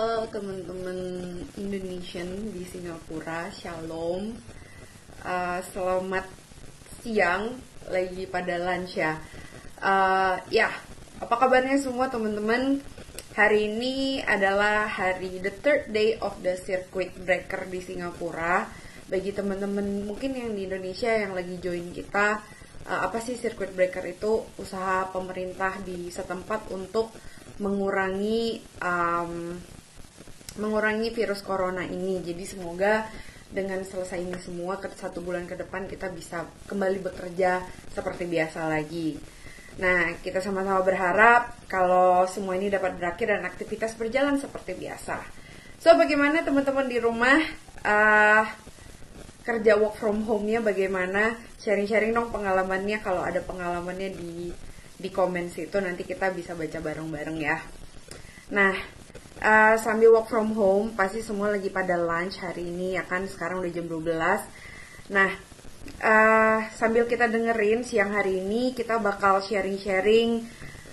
Halo teman-teman Indonesian di Singapura, Shalom. Selamat siang, lagi pada lunch ya. Ya, apa kabarnya semua teman-teman? Hari ini adalah hari the third day of the circuit breaker di Singapura. Bagi teman-teman mungkin yang di Indonesia yang lagi join kita, apa sih circuit breaker itu? Usaha pemerintah di setempat untuk mengurangi virus corona ini. Jadi semoga dengan selesai ini semua, 1 bulan ke depan kita bisa kembali bekerja seperti biasa lagi. Nah, kita sama-sama berharap kalau semua ini dapat berakhir dan aktivitas berjalan seperti biasa. So, bagaimana teman-teman di rumah? Kerja work from home-nya bagaimana? Sharing-sharing dong pengalamannya. Kalau ada pengalamannya di komen situ, nanti kita bisa baca bareng-bareng ya. Nah, sambil work from home, pasti semua lagi pada lunch hari ini ya kan, sekarang udah jam 12. Nah, sambil kita dengerin siang hari ini, kita bakal sharing-sharing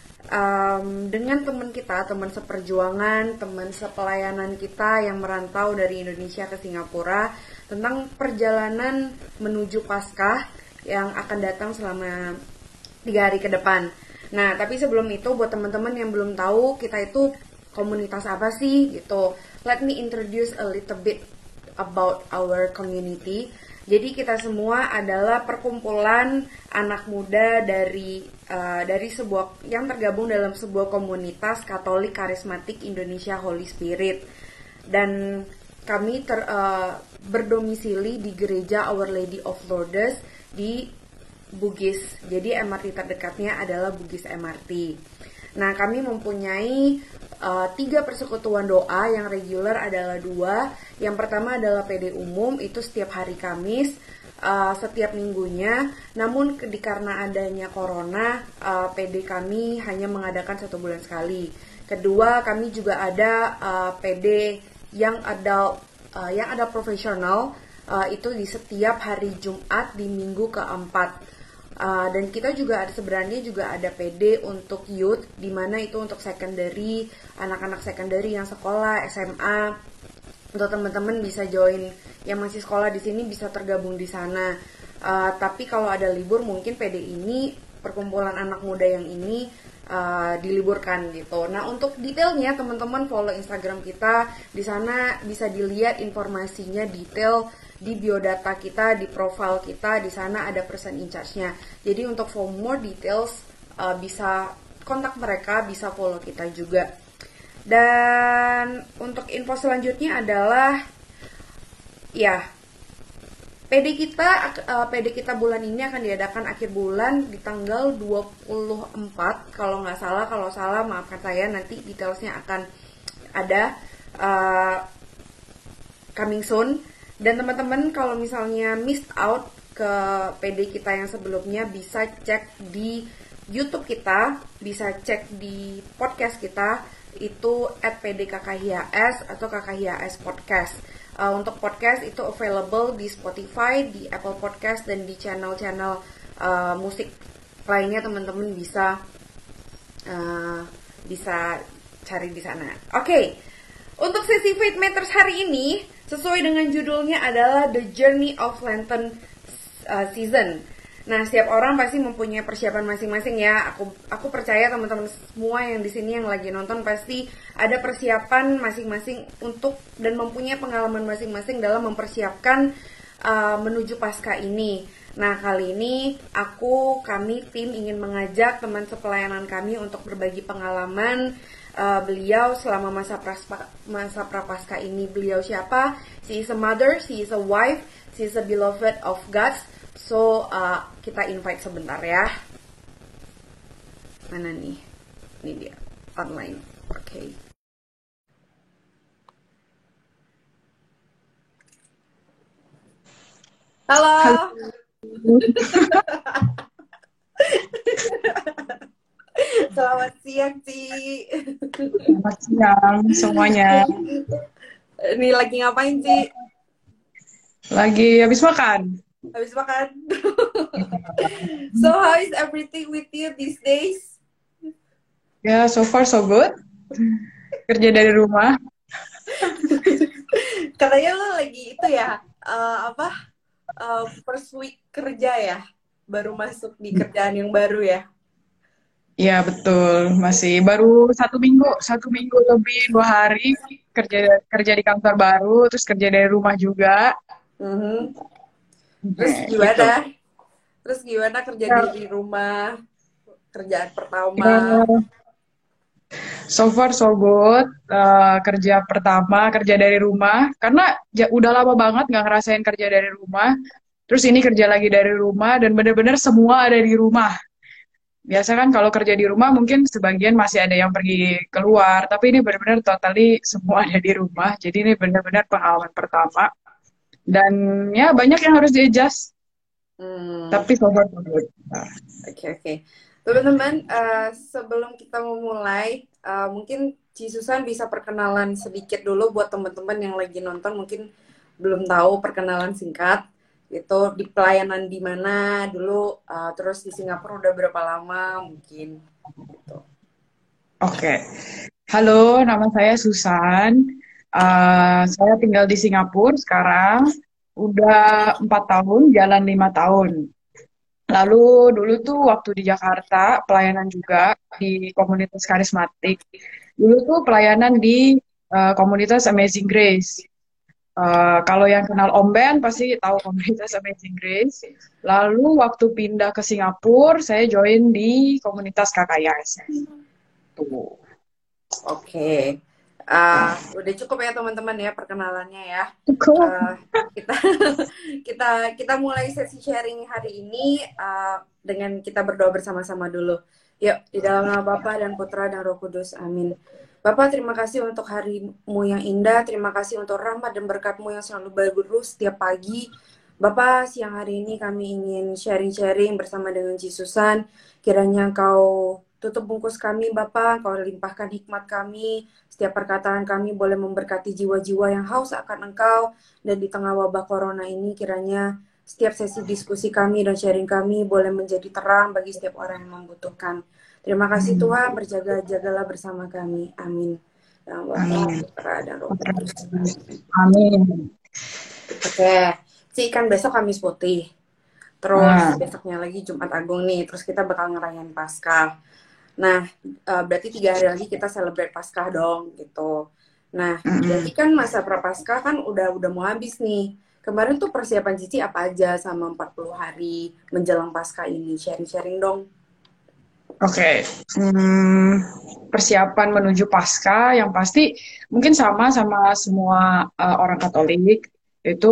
dengan teman kita, teman seperjuangan, teman sepelayanan kita yang merantau dari Indonesia ke Singapura, tentang perjalanan menuju Paskah yang akan datang selama 3 hari ke depan. Nah, tapi sebelum itu buat teman-teman yang belum tahu kita itu komunitas apa sih gitu, let me introduce a little bit about our community. Jadi kita semua adalah perkumpulan anak muda dari sebuah yang tergabung dalam sebuah komunitas Katolik Karismatik Indonesia Holy Spirit, dan kami berdomisili di gereja Our Lady of Lourdes di Bugis. Jadi MRT terdekatnya adalah Bugis MRT. Nah, kami mempunyai 3 persekutuan doa. Yang reguler adalah 2. Yang pertama adalah PD umum, itu setiap hari Kamis, setiap minggunya. Namun karena adanya corona, PD kami hanya mengadakan 1 bulan sekali. Kedua, kami juga ada PD yang ada profesional, itu di setiap hari Jumat di minggu keempat. Dan kita juga sebenarnya juga ada PD untuk youth, di mana itu untuk secondary, anak-anak secondary yang sekolah SMA. Untuk teman-teman bisa join yang masih sekolah di sini, bisa tergabung di sana. Tapi kalau ada libur, mungkin PD ini, perkumpulan anak muda yang ini diliburkan gitu. Nah, untuk detailnya teman-teman follow Instagram kita, di sana bisa dilihat informasinya detail. Di biodata kita, di profile kita, di sana ada person in charge-nya. Jadi untuk for more details bisa kontak mereka, bisa follow kita juga. Dan untuk info selanjutnya adalah ya, PD kita bulan ini akan diadakan akhir bulan di tanggal 24 kalau nggak salah. Kalau salah maafkan saya, nanti detailsnya akan ada coming soon. Dan teman-teman kalau misalnya missed out ke PD kita yang sebelumnya, bisa cek di YouTube kita, bisa cek di podcast kita, itu @pdkkhias atau kkhias podcast. Untuk podcast itu available di Spotify, di Apple Podcast, dan di channel-channel musik lainnya. Teman-teman bisa cari di sana. Oke. Untuk sesi Faith Matters hari ini, sesuai dengan judulnya adalah The Journey of Lenten Season. Nah, setiap orang pasti mempunyai persiapan masing-masing ya. Aku percaya teman-teman semua yang di sini yang lagi nonton pasti ada persiapan masing-masing untuk dan mempunyai pengalaman masing-masing dalam mempersiapkan menuju Paskah ini. Nah, kali ini kami tim ingin mengajak teman sepelayanan kami untuk berbagi pengalaman beliau selama masa prapaskah ini. Beliau siapa? She is a mother, she is a wife, she is a beloved of God. So kita invite sebentar ya. Mana nih? Ini dia online. Oke. Halo. Selamat siang, Ci. Selamat siang semuanya. Ini lagi ngapain, Ci? Lagi habis makan. Habis makan. So, how is everything with you these days? Ya, so far so good. Kerja dari rumah. Katanya lo lagi itu ya, apa, first week kerja ya, baru masuk di kerjaan yang baru ya. Iya betul, masih baru 1 minggu lebih 2 hari kerja kerja di kantor baru, terus kerja dari rumah juga. Mhm. Terus Gitu. gimana? Terus gimana kerja Ya, di rumah, kerjaan pertama? ya, so far so good. Kerja pertama kerja dari rumah karena udah lama banget nggak ngerasain kerja dari rumah. Terus ini kerja lagi dari rumah dan bener-bener semua ada di rumah. Biasa kan kalau kerja di rumah mungkin sebagian masih ada yang pergi keluar, tapi ini benar-benar totally semua ada di rumah. Jadi ini benar-benar pengalaman pertama. Dan ya banyak yang harus di-adjust, Hmm, tapi so far so good. oke oke. Teman-teman, sebelum kita memulai, mungkin Ci Susan bisa perkenalan sedikit dulu buat teman-teman yang lagi nonton, mungkin belum tahu perkenalan singkat gitu, di pelayanan di mana dulu, terus di Singapura udah berapa lama mungkin gitu. Oke, halo, nama saya Susan. Saya tinggal di Singapura sekarang. Udah 4 tahun, jalan 5 tahun. Lalu dulu tuh waktu di Jakarta, pelayanan juga di komunitas karismatik. Dulu tuh pelayanan di komunitas Amazing Grace. Kalau yang kenal Om Ben pasti tahu komunitas Amazing Grace. Lalu waktu pindah ke Singapura, saya join di komunitas KKIS. Tuh. Oke. Udah cukup ya teman-teman ya perkenalannya ya. Cukup. Uh, kita kita kita mulai sesi sharing hari ini, dengan kita berdoa bersama-sama dulu. Yuk, di dalam nama Bapa dan Putra dan Roh Kudus. Amin. Bapak, terima kasih untuk harimu yang indah. Terima kasih untuk rahmat dan berkatmu yang selalu baru setiap pagi. Bapak, siang hari ini kami ingin sharing-sharing bersama dengan Jisusan. Kiranya Engkau tutup bungkus kami, Bapak. Engkau limpahkan hikmat kami. Setiap perkataan kami boleh memberkati jiwa-jiwa yang haus akan Engkau. Dan di tengah wabah corona ini, kiranya setiap sesi diskusi kami dan sharing kami boleh menjadi terang bagi setiap orang yang membutuhkan. Terima kasih Tuhan, berjaga-jagalah bersama kami. Amin. Dalam Bapa, Amin. Putra, dan Roh Kudus. Amin. Oke, Ci, kan besok Kamis Putih. Terus Ah, besoknya lagi Jumat Agung nih. Terus kita bakal ngerayain Paskah. Nah, berarti 3 hari lagi kita celebrate Paskah dong, gitu. Nah, berarti mm-mm. kan masa prapaskah kan udah mau habis nih. Kemarin tuh persiapan Cici apa aja sama 40 hari menjelang Paskah ini? Sharing-sharing dong. Oke. Hmm, Persiapan menuju Paskah yang pasti mungkin sama semua orang Katolik itu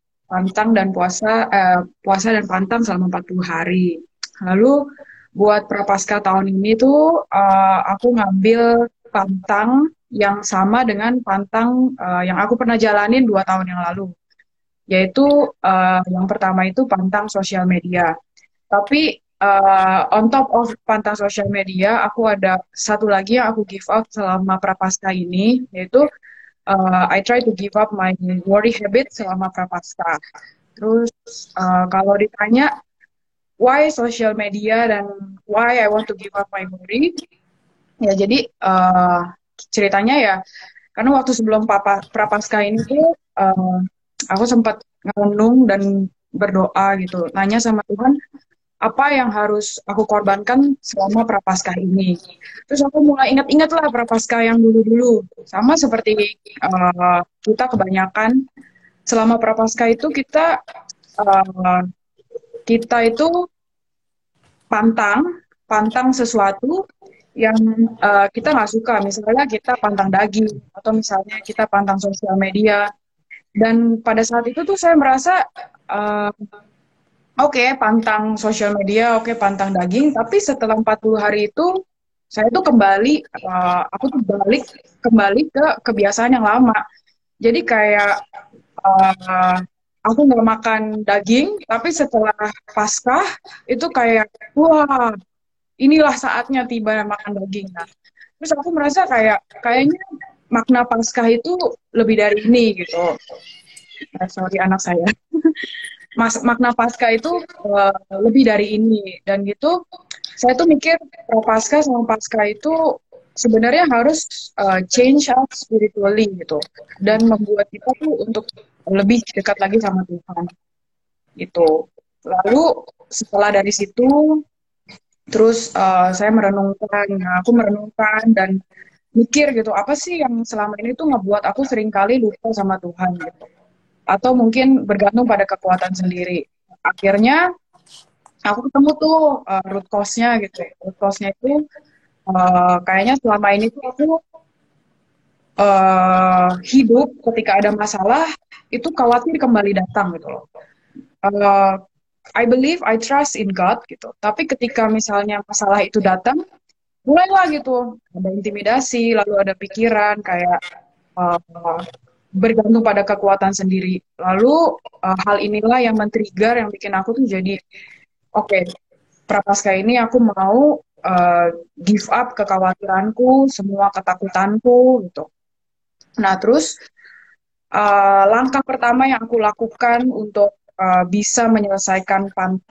puasa dan pantang selama 40 hari. Lalu buat Prapaskah tahun ini tuh aku ngambil pantang yang sama dengan pantang yang aku pernah jalanin 2 tahun yang lalu, yaitu yang pertama itu pantang sosial media. Tapi on top of pantang sosial media, aku ada satu lagi yang aku give up selama Prapaskah ini, yaitu I try to give up my worry habit selama Prapaskah. Terus kalau ditanya why social media dan why I want to give up my worry, ya jadi ceritanya ya karena waktu sebelum Prapaskah ini tuh aku sempat ngerenung dan berdoa gitu, nanya sama Tuhan apa yang harus aku korbankan selama Prapaskah ini. Terus aku mulai ingat-ingat lah Prapaskah yang dulu-dulu. Sama seperti kita kebanyakan selama Prapaskah itu uh, kita itu pantang pantang sesuatu yang kita nggak suka. Misalnya kita pantang daging atau misalnya kita pantang sosial media. Dan pada saat itu tuh saya merasa uh, oke, pantang sosial media, oke, pantang daging, tapi setelah 40 hari itu, saya tuh aku tuh kembali ke kebiasaan yang lama. Jadi kayak uh, aku nggak makan daging, tapi setelah Paskah, itu kayak, wah, inilah saatnya tiba makan daging. Nah, terus aku merasa kayaknya makna Paskah itu lebih dari ini gitu. Sorry anak saya. Makna pasca itu lebih dari ini dan gitu saya tuh mikir prapaskah sama pasca itu sebenarnya harus change us spiritually gitu dan membuat kita tuh untuk lebih dekat lagi sama Tuhan gitu. Lalu setelah dari situ terus saya merenungkan, nah, aku merenungkan dan mikir gitu apa sih yang selama ini tuh ngebuat aku seringkali lupa sama Tuhan gitu atau mungkin bergantung pada kekuatan sendiri. Akhirnya aku ketemu tuh root cause-nya gitu ya. Root cause-nya itu kayaknya selama ini tuh aku hidup ketika ada masalah itu khawatir kembali datang gitu loh. Eh, I believe, I trust in God gitu. Tapi ketika misalnya masalah itu datang, mulailah gitu. Ada intimidasi, lalu ada pikiran kayak uh, bergantung pada kekuatan sendiri. Lalu hal inilah yang men-trigger yang bikin aku tuh jadi, oke, Prapaskah ini aku mau give up kekhawatiranku, semua ketakutanku gitu. Nah, terus langkah pertama yang aku lakukan untuk bisa menyelesaikan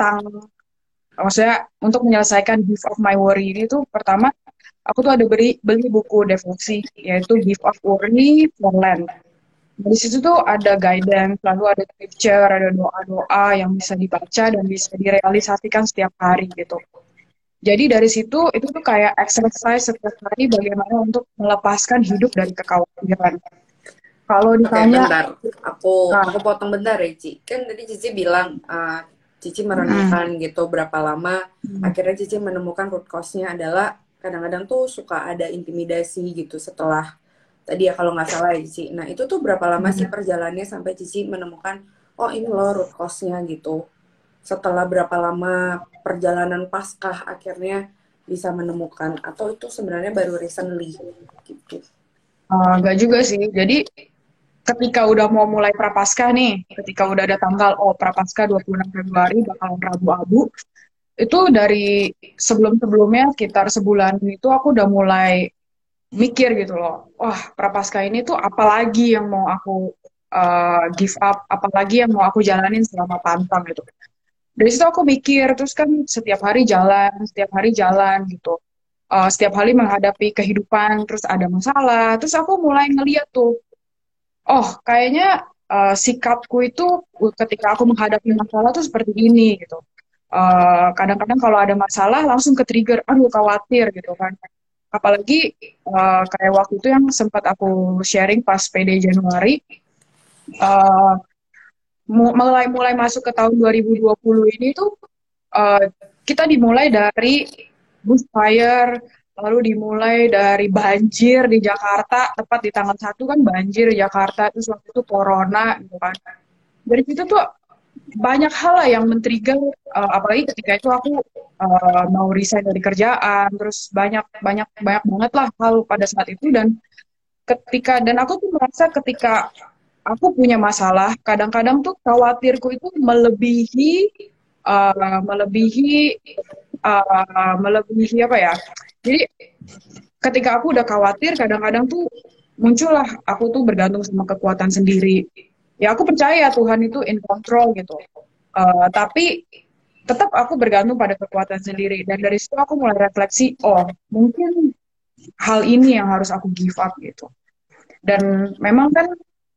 maksudnya untuk menyelesaikan Give Up My Worry ini tuh pertama aku tuh ada beli buku devosi yaitu Give Up Worry for Lent. Di situ tuh ada guidance, lalu ada scripture, ada doa-doa yang bisa dibaca dan bisa direalisasikan setiap hari gitu. Jadi dari situ itu tuh kayak exercise setiap hari bagaimana untuk melepaskan hidup dari kekhawatiran. Kalau Oke, ditanya, bentar. Aku nah, potong bentar ya, Ci. Kan tadi Cici bilang Cici mm, merenungkan gitu berapa lama. mm, Akhirnya Cici menemukan root cause-nya adalah kadang-kadang tuh suka ada intimidasi gitu setelah tadi ya kalau nggak salah ya, Cici. Nah, itu tuh berapa lama sih mm. perjalanannya sampai Cici menemukan oh ini loh root cause-nya gitu. Setelah berapa lama perjalanan paskah akhirnya bisa menemukan atau itu sebenarnya baru recently gitu. Nggak juga sih. Jadi ketika udah mau mulai Prapaskah nih, ketika udah ada tanggal, oh Prapaskah 26 Februari bakalan Rabu Abu, itu dari sebelum-sebelumnya sekitar sebulan itu aku udah mulai mikir gitu loh, wah Prapaskah ini tuh apalagi yang mau aku give up, apalagi yang mau aku jalanin selama pantang gitu. Dari situ aku mikir, terus kan setiap hari jalan gitu. Setiap hari menghadapi kehidupan, terus ada masalah, terus aku mulai ngeliat tuh, oh kayaknya sikapku itu ketika aku menghadapi masalah tuh seperti ini gitu. Kadang-kadang kalau ada masalah langsung ke trigger, aduh khawatir gitu kan. Apalagi kayak waktu itu yang sempat aku sharing pas PD Januari, uh, mulai mulai masuk ke tahun 2020 ini tuh uh, kita dimulai dari bushfire, lalu dimulai dari banjir di Jakarta, tepat di tanggal 1 kan banjir di Jakarta, terus waktu itu corona gitu kan. Dari situ tuh banyak hal lah yang men-trigger, apalagi ketika itu aku mau resign dari kerjaan, terus banyak banyak banyak banget lah hal pada saat itu dan aku tuh merasa ketika aku punya masalah, kadang-kadang tuh khawatirku itu melebihi melebihi apa ya? Jadi ketika aku udah khawatir, kadang-kadang tuh muncullah aku tuh bergantung sama kekuatan sendiri. Ya aku percaya Tuhan itu in control gitu. Tapi tetap aku bergantung pada kekuatan sendiri. Dan dari situ aku mulai refleksi, oh mungkin hal ini yang harus aku give up gitu. Dan memang kan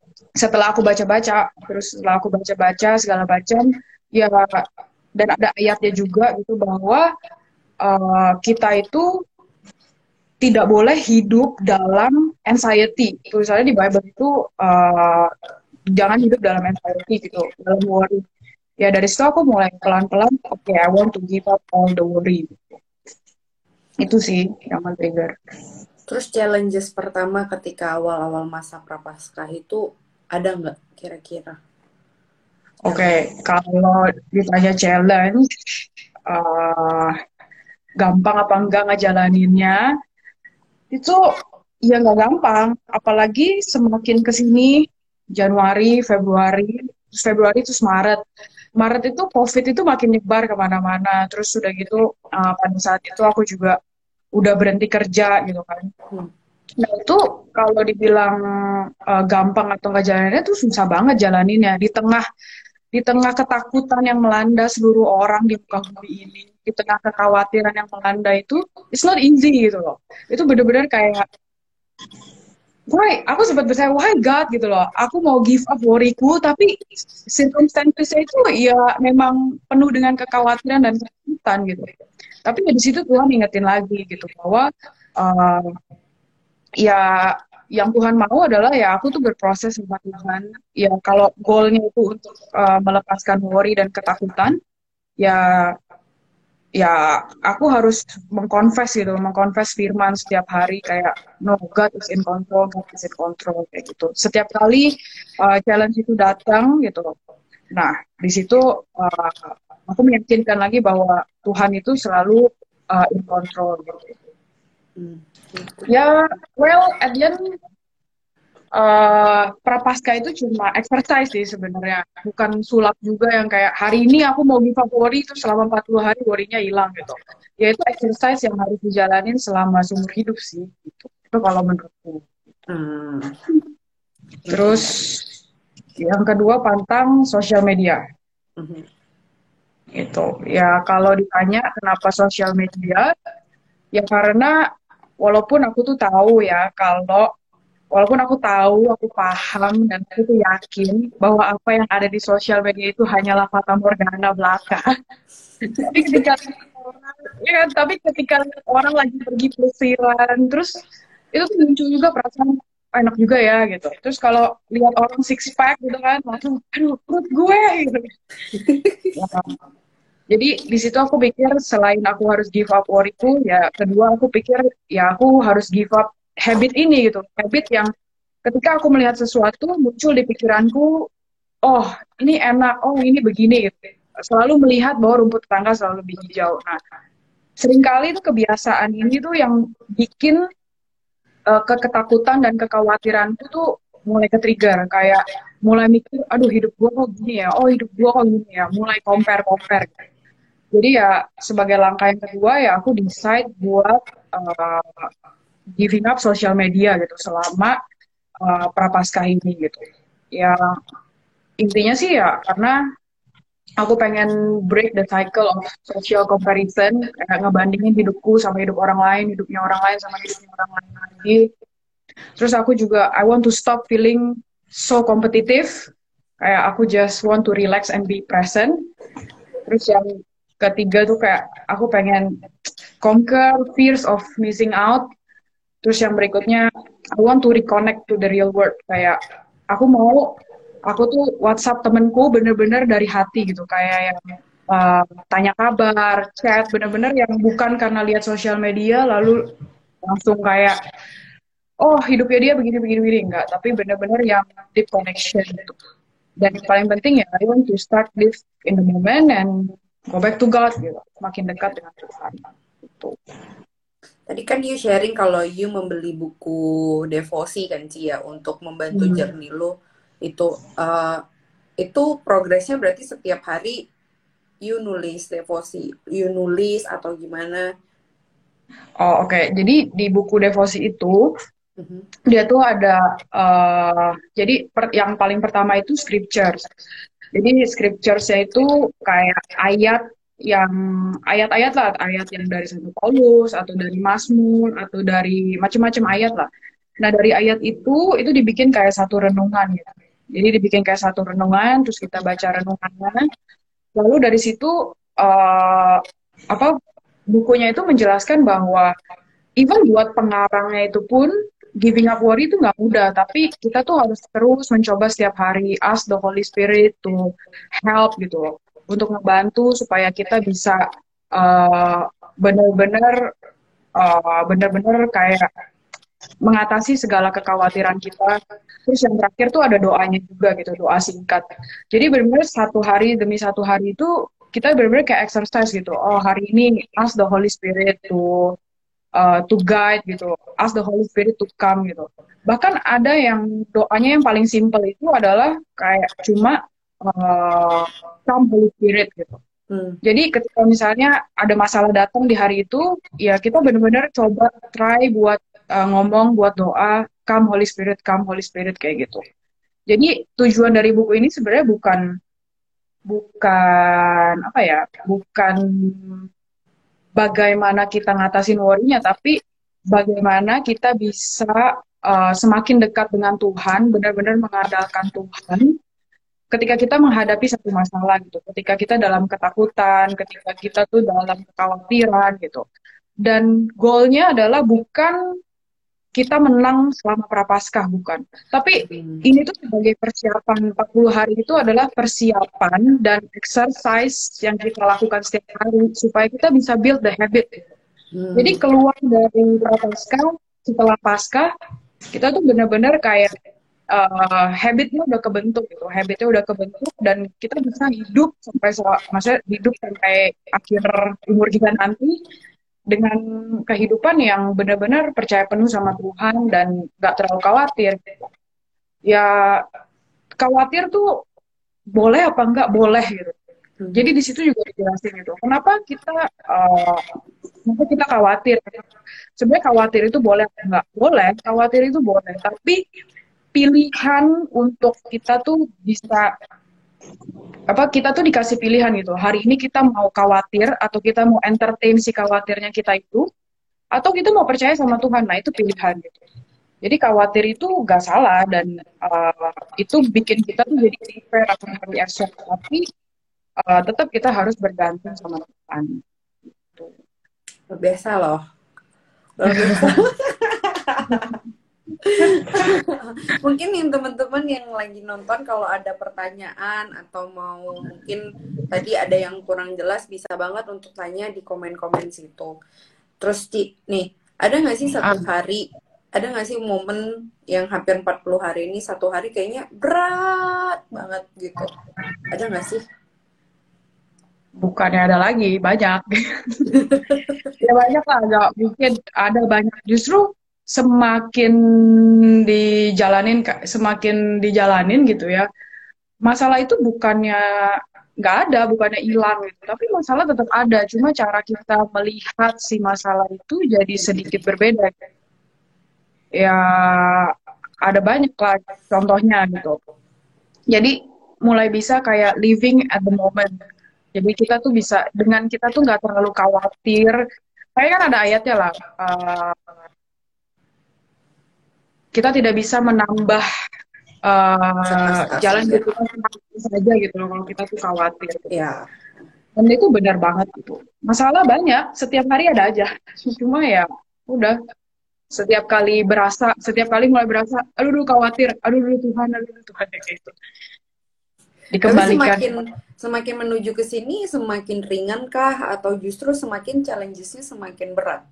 setelah aku baca-baca segala macam, ya dan ada ayatnya juga gitu bahwa kita itu tidak boleh hidup dalam anxiety. Tulisannya di Bible itu jangan hidup dalam anxiety gitu, dalam worry. Ya dari situ aku mulai pelan-pelan, oke, I want to give up all the worry. Itu sih yang men-trigger. Terus challenges pertama ketika awal-awal masa prapaskah itu ada nggak kira-kira yang Oke, kalau ditanya challenge, uh, gampang apa enggak ngejalaninnya, itu ya nggak gampang. Apalagi semakin kesini, Januari, Februari, terus Februari terus Maret. Maret itu COVID itu makin nyebar kemana-mana. Terus sudah gitu, pada saat itu aku juga udah berhenti kerja gitu kan. hmm, Nah itu kalau dibilang gampang atau nggak jalannya tuh susah banget jalaninnya di tengah ketakutan yang melanda seluruh orang di muka bumi ini. di tengah kekhawatiran yang melanda itu, it's not easy gitu loh. Itu bener-bener kayak, why? Aku sempat bertanya, why God gitu loh. Aku mau give up worryku, tapi circumstances itu ya memang penuh dengan kekhawatiran dan ketakutan gitu. Tapi ya di situ Tuhan ingetin lagi gitu bahwa uh, ya yang Tuhan mau adalah ya aku tuh berproses sama Tuhan. Ya kalau goalnya itu untuk melepaskan worry dan ketakutan, ya ya aku harus mengkonfes gitu, mengkonfes firman setiap hari kayak no, God is in control, God is in control kayak gitu. Setiap kali challenge itu datang gitu. Nah, di situ uh, aku meyakinkan lagi bahwa Tuhan itu selalu in control gitu. Hmm. Ya, well, at the end prapaskah itu cuma exercise sih sebenarnya, bukan sulap juga yang kayak hari ini aku mau give up worry itu selama 40 hari worry-nya hilang gitu. Ya itu exercise yang harus dijalanin selama seumur hidup sih gitu. Itu kalau menurutku. Hmm. Terus yang kedua pantang sosial media. Mhm. Itu ya kalau ditanya kenapa sosial media, ya karena walaupun aku tuh tahu ya kalau walaupun aku tahu, aku paham, dan aku tuh yakin bahwa apa yang ada di sosial media itu hanyalah fata morgana belaka. Tapi ketika orang, ya, tapi ketika orang lagi pergi pelesiran, terus itu tuh muncul juga perasaan "Ah, enak juga ya gitu. Terus kalau lihat orang six pack gitu kan, langsung, aduh perut gue gitu. Ya, jadi di situ aku pikir selain aku harus give up worryku, ya kedua aku pikir ya aku harus give up habit ini gitu, habit yang ketika aku melihat sesuatu muncul di pikiranku, oh ini enak, oh ini begini gitu. Selalu melihat bahwa rumput tetangga selalu lebih hijau. Nah, seringkali itu kebiasaan ini tuh yang bikin keketakutan dan kekhawatiranku tuh mulai ke-trigger. Kayak mulai mikir, aduh hidup gue kok gini ya, oh hidup gue kok gini ya. Mulai compare-compare. Jadi ya sebagai langkah yang kedua ya aku decide buat uh, giving up social media gitu selama prapaskah ini gitu. Ya intinya sih ya karena aku pengen break the cycle of social comparison, kayak ngebandingin hidupku sama hidup orang lain, hidupnya orang lain sama hidupnya orang lain lagi. Terus aku juga I want to stop feeling so competitive. Kayak aku just want to relax and be present. Terus yang ketiga tuh kayak aku pengen conquer fears of missing out. Terus yang berikutnya, I want to reconnect to the real world. Kayak aku mau, aku tuh WhatsApp temenku bener-bener dari hati gitu. Kayak yang tanya kabar, chat, bener-bener yang bukan karena lihat sosial media lalu langsung kayak, oh hidupnya dia begini-begini begini. Enggak. Tapi bener-bener yang deep connection gitu. Dan yang paling penting ya, I want to start live in the moment and go back to God gitu. Makin dekat dengan Tuhan. Gitu. Tadi kan you sharing kalau you membeli buku devosi kan Ci ya untuk membantu Hmm. journey lo itu itu progresnya berarti setiap hari you nulis devosi, you nulis atau gimana? Oh, oke. Jadi di buku devosi itu Mhm. dia tuh ada jadi yang paling pertama itu scriptures. Jadi scripturesnya itu kayak ayat yang ayat-ayat lah, ayat yang dari Satu Paulus atau dari Mazmur atau dari macam-macam ayat lah. Nah dari ayat itu dibikin kayak satu renungan gitu. Jadi dibikin kayak satu renungan, terus kita baca renungannya. Lalu dari situ apa bukunya itu menjelaskan bahwa even buat pengarangnya itu pun giving up worry itu nggak mudah, tapi kita tuh harus terus mencoba setiap hari ask the Holy Spirit to help gitu loh, untuk ngebantu supaya kita bisa uh, benar-benar benar-benar kayak mengatasi segala kekhawatiran kita. Terus yang terakhir tuh ada doanya juga gitu, doa singkat. Jadi benar-benar satu hari demi satu hari itu kita benar-benar kayak exercise gitu. Oh hari ini ask the Holy Spirit to guide gitu, ask the Holy Spirit to come gitu. Bahkan ada yang doanya yang paling simple itu adalah kayak cuma uh, come Holy Spirit gitu. Hmm. Jadi ketika misalnya ada masalah datang di hari itu, ya kita benar-benar coba try buat ngomong, buat doa, come Holy Spirit kayak gitu. Jadi tujuan dari buku ini sebenarnya bukan bukan apa ya, bukan bagaimana kita ngatasin worry-nya, tapi bagaimana kita bisa semakin dekat dengan Tuhan, benar-benar mengandalkan Tuhan ketika kita menghadapi satu masalah gitu, ketika kita dalam ketakutan, ketika kita tuh dalam kekhawatiran gitu. Dan goalnya adalah bukan kita menang selama Prapaskah, bukan. Tapi Hmm. ini tuh sebagai persiapan 40 hari itu adalah persiapan dan exercise yang kita lakukan setiap hari supaya kita bisa build the habit. Jadi Hmm. keluar dari Prapaskah, setelah Paskah, kita tuh benar-benar kayak habitnya udah kebentuk gitu, habitnya udah kebentuk dan kita bisa hidup sampai maksudnya hidup sampai akhir umur kita nanti dengan kehidupan yang benar-benar percaya penuh sama Tuhan dan nggak terlalu khawatir. Ya khawatir tuh boleh apa nggak boleh gitu. Hmm. Jadi di situ juga dijelasin gitu. Kenapa kita khawatir? Sebenarnya khawatir itu boleh atau nggak boleh? Khawatir itu boleh, tapi pilihan untuk kita tuh bisa kita tuh dikasih pilihan gitu. Hari ini kita mau khawatir atau kita mau entertain si khawatirnya kita itu, atau kita mau percaya sama Tuhan. Nah itu pilihan gitu. Jadi khawatir itu gak salah dan itu bikin kita tuh jadi prepare akan hari esok. Tapi tetap kita harus bergantung sama Tuhan. Gitu. Luar biasa loh. Luar biasa. Mungkin yang teman-teman yang lagi nonton kalau ada pertanyaan atau mau mungkin tadi ada yang kurang jelas bisa banget untuk tanya di komen-komen situ. Terus nih, ada nggak sih Ah, satu hari, ada nggak sih momen yang hampir 40 hari ini, satu hari kayaknya berat banget gitu. Ada nggak sih? bukannya ada lagi, banyak. Ya banyak lah, nggak mungkin ada banyak. Justru semakin semakin dijalanin gitu ya. Masalah itu bukannya nggak ada, bukannya hilang gitu. Tapi masalah tetap ada. Cuma cara kita melihat si masalah itu jadi sedikit berbeda. Ya ada banyak lah contohnya gitu. Jadi mulai bisa kayak living at the moment. Jadi kita tuh bisa dengan kita tuh nggak terlalu khawatir. Kayak kan ada ayatnya lah. eh, kita tidak bisa menambah Masa-masa jalan saja. hidup kita semakin saja gitu loh kalau kita tuh khawatir gitu. Ya, Dan itu benar banget gitu. Masalah banyak, setiap hari ada aja. Cuma ya udah setiap kali mulai berasa, aduh, aduh khawatir, aduh Tuhan kayak gitu. tapi Dikembalikan. semakin semakin menuju ke sini semakin ringan kah atau justru semakin challenges-nya semakin berat?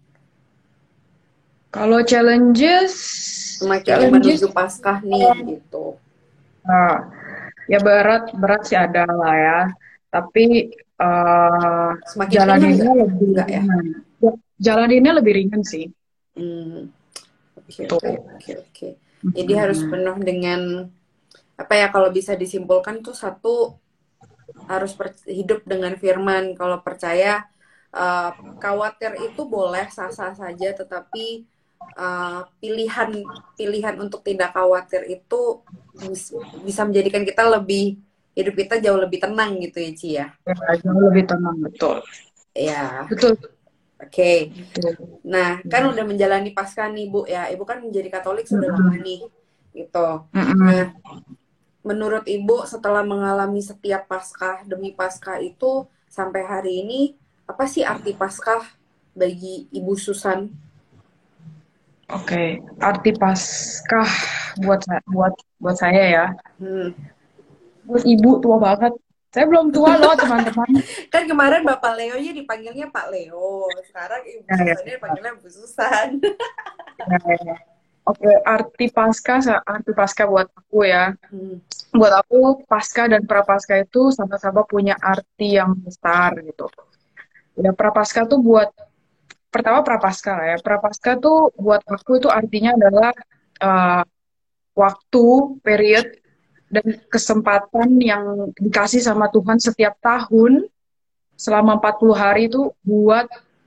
Kalau challenges, Semakin challenges, menuju Paskah nih gitu. uh, ya berat berat sih ada lah ya. Tapi uh, Semakin ringan jalaninnya nggak? lebih Nggak ya? ringan. Ya, jalaninnya lebih ringan sih. Hmm, oke Tuh. oke oke oke. Jadi harus Mm-mm. penuh dengan apa ya kalau bisa disimpulkan tuh satu harus hidup dengan firman. Kalau percaya khawatir itu boleh sah-sah saja, tetapi pilihan pilihan untuk tidak khawatir itu bisa menjadikan kita lebih hidup kita jauh lebih tenang gitu ya Ci ya. Ya, jauh lebih tenang, betul. Ya, Betul. oke. Okay. Betul. Nah, kan udah menjalani Paskah nih Bu ya. Ibu kan menjadi Katolik sudah lama Mm-mm. nih, gitu. Nah, Mm-mm. menurut Ibu setelah mengalami setiap Paskah demi Paskah itu sampai hari ini apa sih arti Paskah bagi Ibu Susan? Oke, arti Paskah buat saya ya. Hmm. Buat ibu tua banget. Saya belum tua loh, teman-teman. Kan kemarin Bapak Leo-nya dipanggilnya Pak Leo, sekarang Ibu Ya, ya, Susannya dipanggilnya Bu Susan. ya, ya. Oke, arti Paskah buat aku ya. Hmm. Buat aku, Paskah dan Prapaskah itu sama-sama punya arti yang besar gitu. Ya, Prapaskah tuh pertama Prapaskah ya. Prapaskah tuh buat aku itu artinya adalah uh, waktu, period, dan kesempatan yang dikasih sama Tuhan setiap tahun selama 40 hari itu buat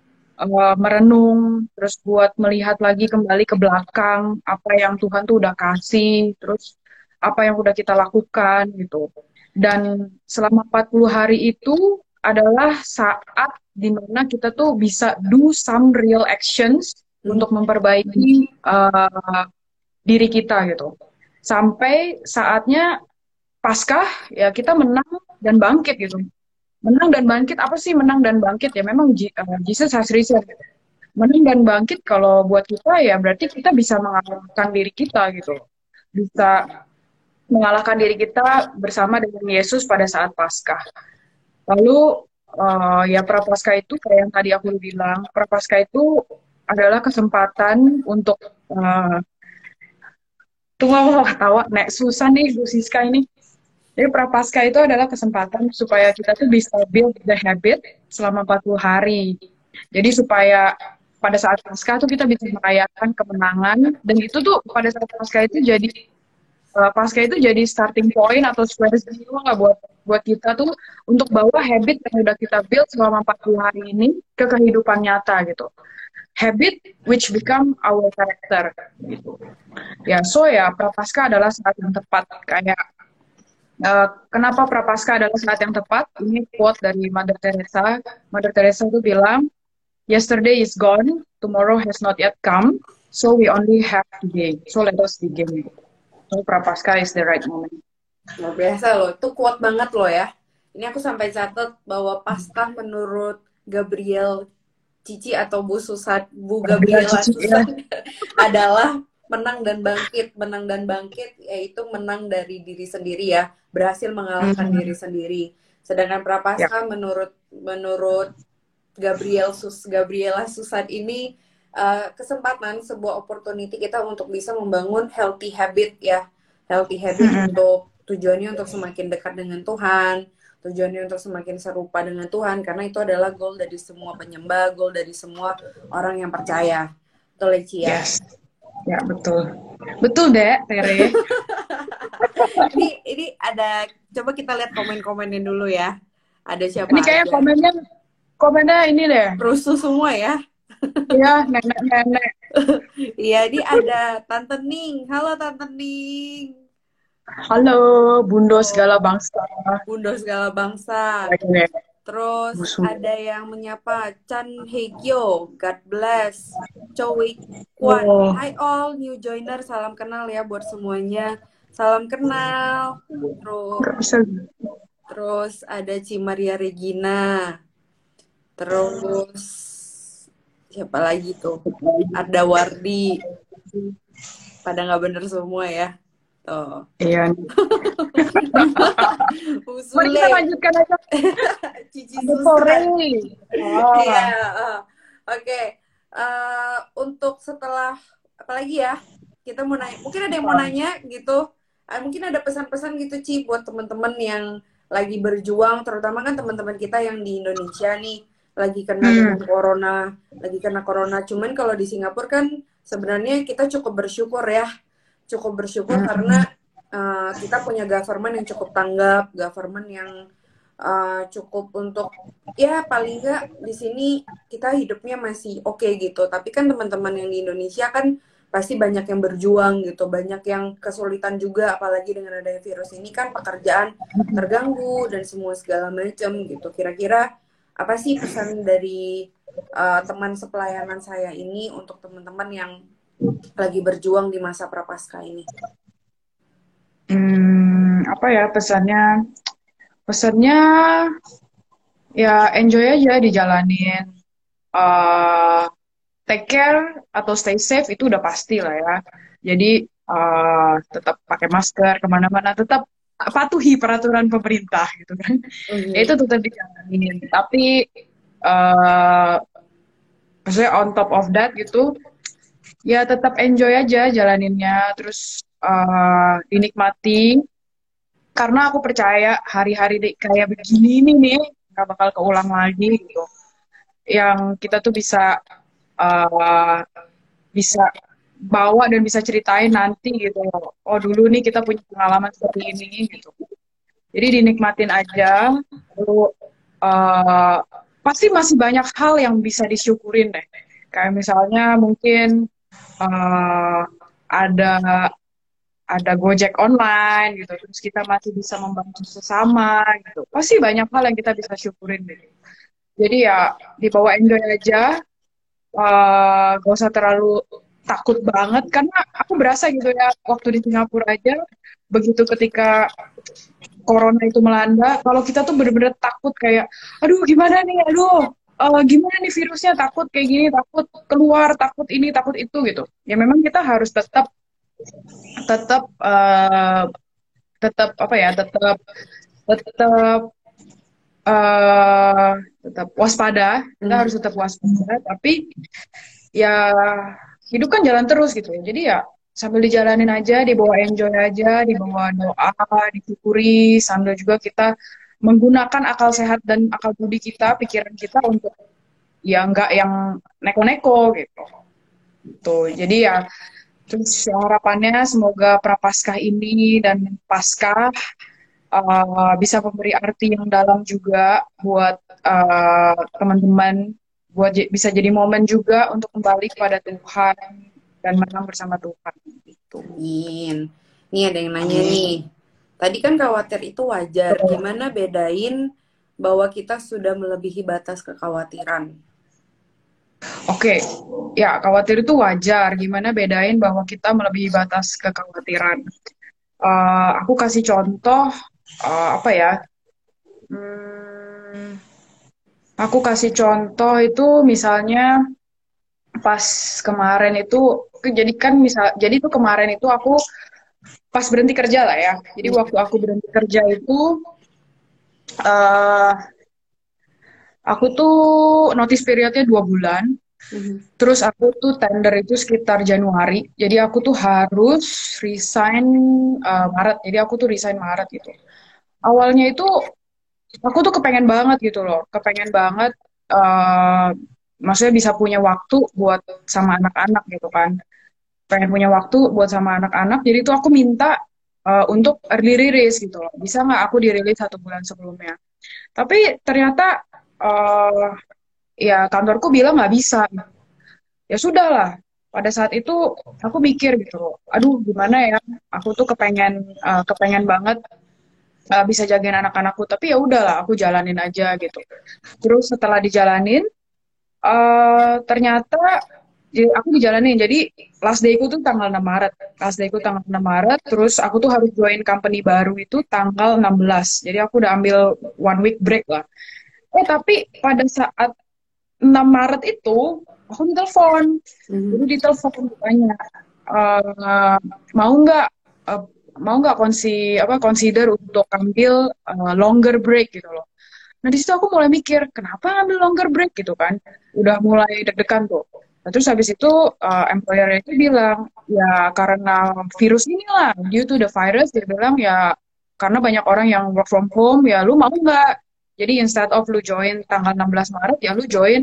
merenung, terus buat melihat lagi kembali ke belakang apa yang Tuhan tuh udah kasih, terus apa yang udah kita lakukan gitu. Dan selama 40 hari itu adalah saat dimana kita tuh bisa do some real actions untuk memperbaiki diri kita gitu. Sampai saatnya Paskah ya kita menang dan bangkit gitu. Menang dan bangkit apa sih menang dan bangkit ya memang Jesus has risen. Menang dan bangkit kalau buat kita ya berarti kita bisa mengalahkan diri kita gitu. Bisa mengalahkan diri kita bersama dengan Yesus pada saat Paskah. Lalu ya Prapaskah itu kayak yang tadi aku bilang, Prapaskah itu adalah kesempatan untuk tunggu mau ketawa, nek susah nih Bu Siska ini. Jadi Prapaskah itu adalah kesempatan supaya kita tuh bisa build the habit selama 40 hari. Jadi supaya pada saat Paskah tuh kita bisa merayakan kemenangan dan itu tuh pada saat Paskah itu jadi Paskah itu jadi starting point atau square zero lah buat kita tuh untuk bawa habit yang udah kita build selama 40 hari ini ke kehidupan nyata gitu. Habit which become our character gitu. Ya, so ya Prapaskah adalah saat yang tepat kayak kenapa Prapaskah adalah saat yang tepat? Ini quote dari Mother Teresa. Mother Teresa itu bilang, "Yesterday is gone, tomorrow has not yet come, so we only have today. So let us begin." So Prapaskah is the right moment. Luar biasa loh, itu kuat banget loh ya. Ini aku sampai catat bahwa Paskah menurut Gabriel Cici atau Bu Gabriela Susan adalah menang dan bangkit yaitu menang dari diri sendiri ya, berhasil mengalahkan diri sendiri. Sedangkan Prapaskah menurut Gabriela Susan ini kesempatan, sebuah opportunity kita untuk bisa membangun healthy habit ya, healthy habit untuk tujuannya untuk semakin dekat dengan Tuhan, tujuannya untuk semakin serupa dengan Tuhan, karena itu adalah goal dari semua penyembah, goal dari semua orang yang percaya. Betul ya? Yes. Ya, betul. Betul, Dek, Tere. ini ada, coba kita lihat komen-komennya dulu ya. Ada siapa ini kayak aja? Komennya ini deh. Rusuh semua ya. Iya, nenek-nenek. Iya, ini ada Tante Ning. Halo Tante Ning. Halo, Bundo segala bangsa. Bundo segala bangsa. Terus ada yang menyapa Chan Hegyo, God bless. Chowi Kwan, hi all new joiner, salam kenal ya buat semuanya. Salam kenal. Terus ada Cimaria Regina. Terus siapa lagi tuh? Ada Wardi. Pada nggak bener semua ya. Tuh. Iya. Mari kita lanjutkan aja. Cici Susan. Iya. Oke. Untuk setelah apalagi ya? Kita mau nanya. Mungkin ada yang mau nanya gitu. Mungkin ada pesan-pesan gitu Ci buat teman-teman yang lagi berjuang, terutama kan teman-teman kita yang di Indonesia nih lagi kena corona. Cuman kalau di Singapura kan sebenarnya kita cukup bersyukur ya. Karena kita punya government yang cukup tanggap, government yang cukup untuk ya paling nggak di sini kita hidupnya masih oke gitu. Tapi kan teman-teman yang di Indonesia kan pasti banyak yang berjuang gitu, banyak yang kesulitan juga, apalagi dengan adanya virus ini kan pekerjaan terganggu dan semua segala macam gitu. Kira-kira apa sih pesan dari teman sepelayanan saya ini untuk teman-teman yang lagi berjuang di masa Prapaskah ini? Apa ya pesannya? Pesannya ya enjoy aja dijalanin. Take care atau stay safe itu udah pasti lah ya. Jadi tetap pakai masker kemana-mana, tetap patuhi peraturan pemerintah gitu kan. Itu tetap dijalanin. Tapi maksudnya on top of that gitu, ya tetap enjoy aja jalaninnya, terus dinikmati. Karena aku percaya hari-hari kayak begini nih nggak bakal keulang lagi gitu. Yang kita tuh bisa bawa dan bisa ceritain nanti gitu. Oh dulu nih kita punya pengalaman seperti ini gitu. Jadi dinikmatin aja. Lalu pasti masih banyak hal yang bisa disyukurin deh. Kayak misalnya mungkin ada ada Gojek online gitu, terus kita masih bisa membantu sesama gitu. Pasti banyak hal yang kita bisa syukurin gitu. Jadi ya dibawa enjoy aja, gak usah terlalu takut banget karena aku berasa gitu ya waktu di Singapura aja begitu ketika corona itu melanda, kalau kita tuh bener-bener takut kayak, aduh gimana nih, aduh gimana nih virusnya, takut kayak gini, takut keluar, takut ini, takut itu gitu. Ya memang kita harus tetap tetap tetap apa ya, tetap eh, tetap waspada. Kita harus Hmm. tetap waspada. Tapi ya hidup kan jalan terus gitu ya. Jadi ya sambil dijalanin aja, dibawa enjoy aja, dibawa doa, disyukuri, sambil juga kita menggunakan akal sehat dan akal budi kita, pikiran kita untuk ya nggak yang neko-neko gitu. Tuh, jadi ya terus harapannya semoga Prapaskah ini dan Paskah bisa memberi arti yang dalam juga buat teman-teman, buat bisa jadi momen juga untuk kembali kepada Tuhan dan menang bersama Tuhan gitu. Amin. Nih ada yang nanya Amin. nih. Tadi kan khawatir itu wajar. Gimana bedain bahwa kita sudah melebihi batas kekhawatiran? Oke, ya khawatir itu wajar. Gimana bedain bahwa kita melebihi batas kekhawatiran? Aku kasih contoh apa ya? Hmm, aku kasih contoh itu misalnya pas kemarin itu jadi kan jadi tuh kemarin itu aku pas berhenti kerja lah ya. Jadi waktu aku berhenti kerja itu eh aku tuh notice periodnya 2 bulan. Mhm. Terus aku tuh tender itu sekitar Januari. Jadi aku tuh harus resign Maret. Jadi aku tuh resign Maret gitu. Awalnya itu aku tuh kepengen banget gitu loh. Kepengen banget eh maksudnya bisa punya waktu buat sama anak-anak gitu kan. Pengen punya waktu buat sama anak-anak. Jadi tuh aku minta untuk early release gitu loh. Bisa nggak aku dirilis 1 bulan sebelumnya? Tapi ternyata uh, ya kantorku bilang nggak bisa. Ya sudah lah. Pada saat itu aku mikir gitu loh. Aduh gimana ya? Aku tuh kepengen banget bisa jagain anak-anakku. Tapi ya udahlah, aku jalanin aja gitu. Terus setelah dijalanin, ternyata aku dijalanin. Jadi last day-ku tuh tanggal 6 Maret. Last day-ku tanggal 6 Maret. Terus aku tuh harus join company baru itu tanggal 16. Jadi aku udah ambil 1 week break lah. Tapi pada saat 6 Maret itu, aku ditelepon. Jadi Mhm. ditelepon banyak. eh, mau nggak eh, mau nggak consider untuk ambil longer break gitu loh. Nah, di situ aku mulai mikir, kenapa ngambil longer break gitu kan? Udah mulai deg-degan tuh. Nah, terus habis itu employer itu bilang, ya karena virus inilah, due to the virus, dia bilang ya karena banyak orang yang work from home, ya lu mau nggak? Jadi instead of lu join tanggal 16 Maret, ya lu join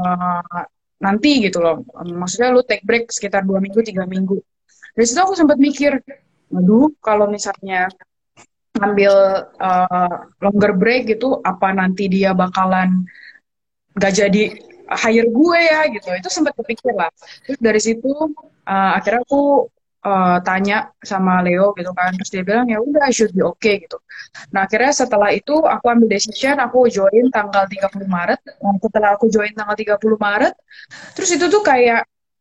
nanti gitu loh. Maksudnya lu take break sekitar 2 minggu, 3 minggu. Dari situ aku sempat mikir, waduh kalau misalnya ngambil uh, longer break gitu, apa nanti dia bakalan gak jadi hire gue ya gitu. Itu sempat kepikir lah. Terus dari situ akhirnya aku tanya sama Leo gitu kan. Terus dia bilang ya udah should be okay gitu. Nah akhirnya setelah itu aku ambil decision aku join tanggal 30 Maret. Nah, setelah aku join tanggal 30 Maret, terus itu tuh kayak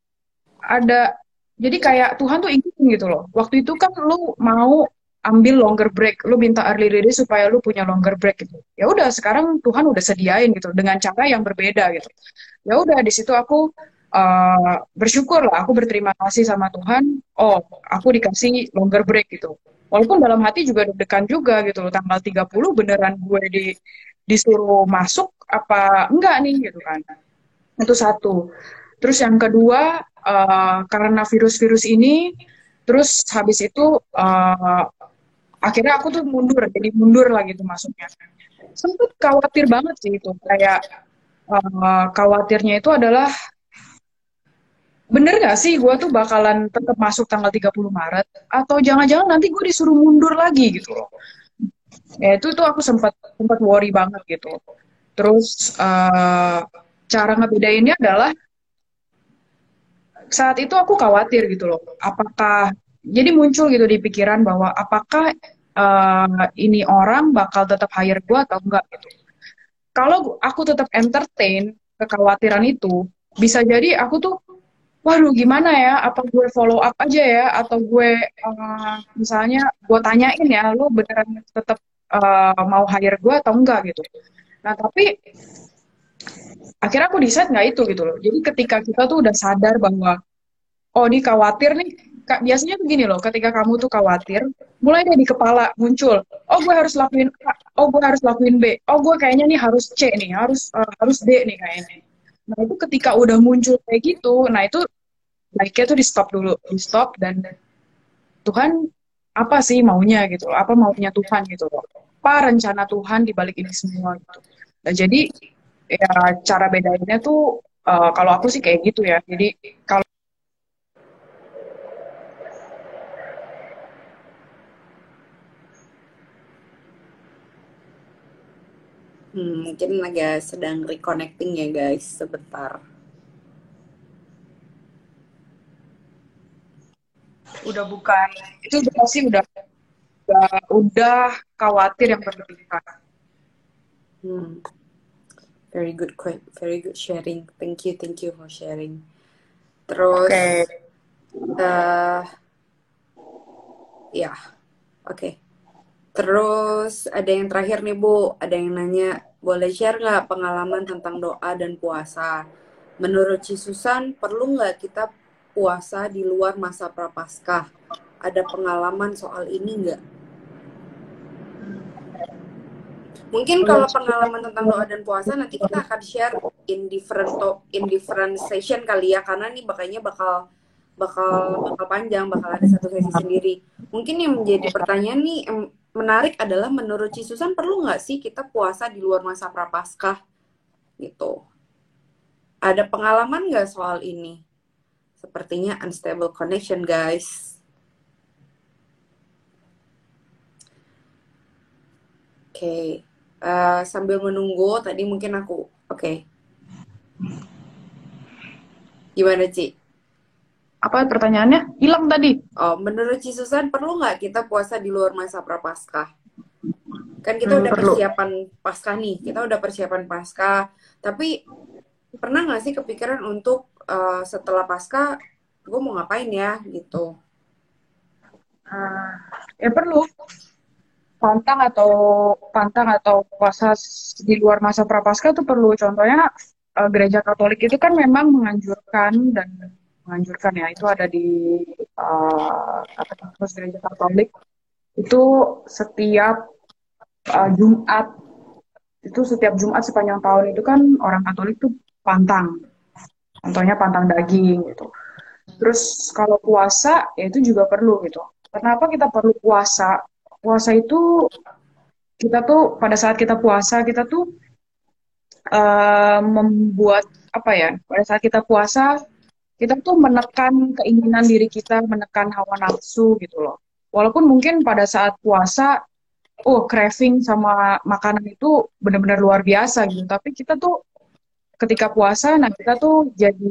ada jadi kayak Tuhan tuh ingetin gitu loh. Waktu itu kan lu mau ambil longer break, lu minta early release supaya lu punya longer break gitu. Ya udah sekarang Tuhan udah sediain gitu dengan cara yang berbeda gitu. Ya udah di situ aku bersyukur lah, aku berterima kasih sama Tuhan. Oh, aku dikasih longer break gitu. Walaupun dalam hati juga deg-degan juga gitu loh. Tanggal 30 beneran gue disuruh masuk apa enggak nih gitu kan. Itu satu. Terus yang kedua, karena virus-virus ini, terus habis itu akhirnya aku tuh mundur, jadi mundur lagi tuh masuknya. Sempet khawatir banget sih itu, kayak khawatirnya itu adalah bener gak sih gue tuh bakalan tetap masuk tanggal 30 Maret atau jangan-jangan nanti gue disuruh mundur lagi gitu loh. Ya itu tuh aku sempat sempat worry banget gitu. Terus cara ngebedainnya adalah saat itu aku khawatir gitu loh. Apakah jadi muncul gitu di pikiran bahwa apakah ini orang bakal tetap hire gue atau enggak gitu. Kalau aku tetap entertain kekhawatiran itu, bisa jadi aku tuh, waduh gimana ya, apa gue follow up aja ya, atau gue misalnya gue tanyain ya, lu beneran tetap mau hire gue atau enggak gitu. Nah tapi akhirnya aku decide nggak itu gitu loh. Jadi ketika kita tuh udah sadar bahwa oh ini khawatir nih, Kak, biasanya begini loh, ketika kamu tuh khawatir, mulai dari kepala muncul, oh gue harus lakuin A, oh gue harus lakuin B, oh gue kayaknya nih harus C nih, harus D nih kayaknya. Nah itu ketika udah muncul kayak gitu, nah itu baiknya tuh di stop dulu, di stop dan Tuhan apa sih maunya gitu loh, apa maunya Tuhan gitu loh, apa rencana Tuhan di balik ini semua gitu. Nah, jadi ya cara bedainnya tuh kalau aku sih kayak gitu ya. Jadi kalau Mungkin agak sedang reconnecting ya guys, sebentar. udah bukan itu udah pasti udah khawatir yang berlebihan. Hmm, very good sharing. Thank you for sharing. Oke, Terus, eh ya, oke. Terus ada yang terakhir nih Bu, ada yang nanya, boleh share nggak pengalaman tentang doa dan puasa? Menurut Ci Susan, perlu nggak kita puasa di luar masa prapaskah? Ada pengalaman soal ini nggak? Mungkin kalau pengalaman tentang doa dan puasa nanti kita akan share in different session kali ya, karena nih bakal panjang, bakal ada satu sesi sendiri. Mungkin yang menjadi pertanyaan nih yang menarik adalah menurut Ci Susan perlu nggak sih kita puasa di luar masa prapaskah gitu? Ada pengalaman nggak soal ini? Sepertinya unstable connection guys. Oke. Sambil menunggu tadi mungkin aku oke. Gimana Ci? apa pertanyaannya? Hilang tadi. Oh, menurut Ci Susan perlu nggak kita puasa di luar masa prapaskah? Kan kita udah Perlu. persiapan Paskah nih, kita udah persiapan Paskah. Tapi pernah nggak sih kepikiran untuk setelah Paskah, gue mau ngapain ya gitu? Ya perlu pantang atau puasa di luar masa prapaskah itu perlu. Contohnya gereja Katolik itu kan memang menganjurkan ya itu ada di Katekismus Gereja Katolik itu setiap Jumat setiap Jumat sepanjang tahun itu kan orang Katolik tuh pantang, contohnya pantang daging gitu. Terus kalau puasa ya itu juga perlu gitu. Kenapa kita perlu puasa? Puasa itu kita tuh pada saat kita puasa kita tuh membuat apa ya? Pada saat kita puasa kita tuh menekan keinginan diri kita, menekan hawa nafsu gitu loh. Walaupun mungkin pada saat puasa, oh craving sama makanan itu benar-benar luar biasa gitu. Tapi kita tuh ketika puasa, nah kita tuh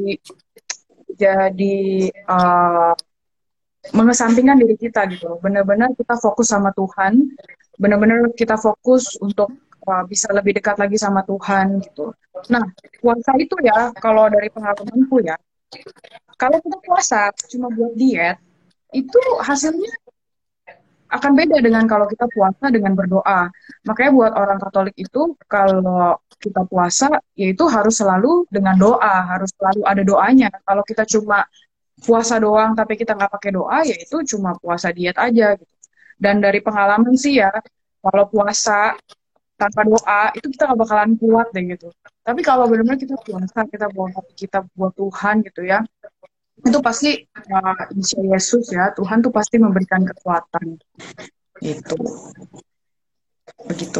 jadi mengesampingkan diri kita gitu loh. Benar-benar kita fokus sama Tuhan, benar-benar kita fokus untuk bisa lebih dekat lagi sama Tuhan gitu. Nah, puasa itu ya, kalau dari pengalamanku ya, kalau kita puasa cuma buat diet, itu hasilnya akan beda dengan kalau kita puasa dengan berdoa. Makanya buat orang Katolik itu, kalau kita puasa, yaitu harus selalu dengan doa, harus selalu ada doanya. Kalau kita cuma puasa doang tapi kita nggak pakai doa ya itu cuma puasa diet aja gitu. Dan dari pengalaman sih ya kalau puasa tanpa doa itu kita nggak bakalan kuat deh gitu. Tapi kalau benar-benar kita puasa kita bawa hati kita buat Tuhan gitu ya itu pasti Insya Yesus ya Tuhan tuh pasti memberikan kekuatan gitu begitu.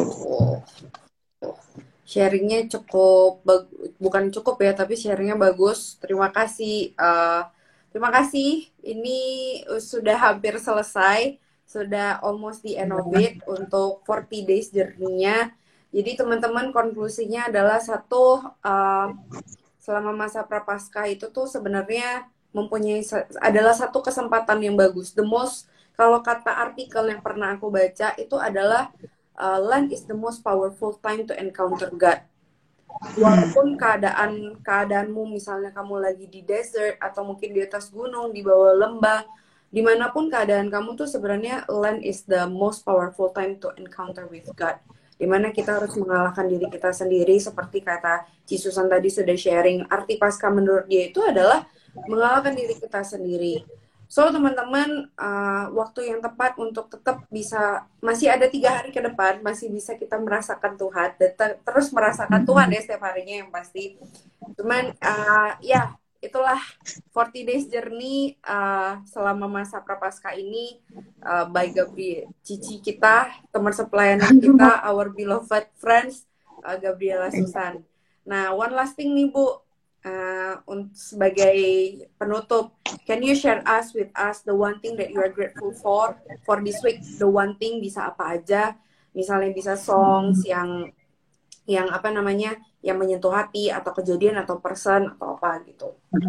Sharingnya bukan cukup ya, tapi sharingnya bagus. Terima kasih. Terima kasih. Ini sudah hampir selesai. Sudah almost the end of it untuk 40 days journey-nya. Jadi teman-teman konklusinya adalah satu, selama masa prapaskah itu tuh sebenarnya adalah satu kesempatan yang bagus. The most, kalau kata artikel yang pernah aku baca itu adalah Lent is the most powerful time to encounter God. Walaupun keadaanmu misalnya kamu lagi di desert atau mungkin di atas gunung, di bawah lembah, dimanapun keadaan kamu tuh sebenarnya Lent is the most powerful time to encounter with God. Dimana kita harus mengalahkan diri kita sendiri, seperti kata Cisusan tadi sudah sharing, arti Paskah menurut dia itu adalah mengalahkan diri kita sendiri. So teman-teman, waktu yang tepat untuk tetap bisa, masih ada 3 hari ke depan, masih bisa kita merasakan Tuhan, dan terus merasakan Tuhan ya setiap harinya yang pasti. Cuman ya itulah 40 days journey selama masa Prapaskah ini, by Gabriel, Cici kita, teman sepelayanan kita, our beloved friends, Gabriela Susan. Nah, one last thing nih Bu, sebagai penutup, can you share with us the one thing that you are grateful for this week? The one thing bisa apa aja? Misalnya bisa songs yang apa namanya, yang menyentuh hati atau kejadian atau person atau apa gitu.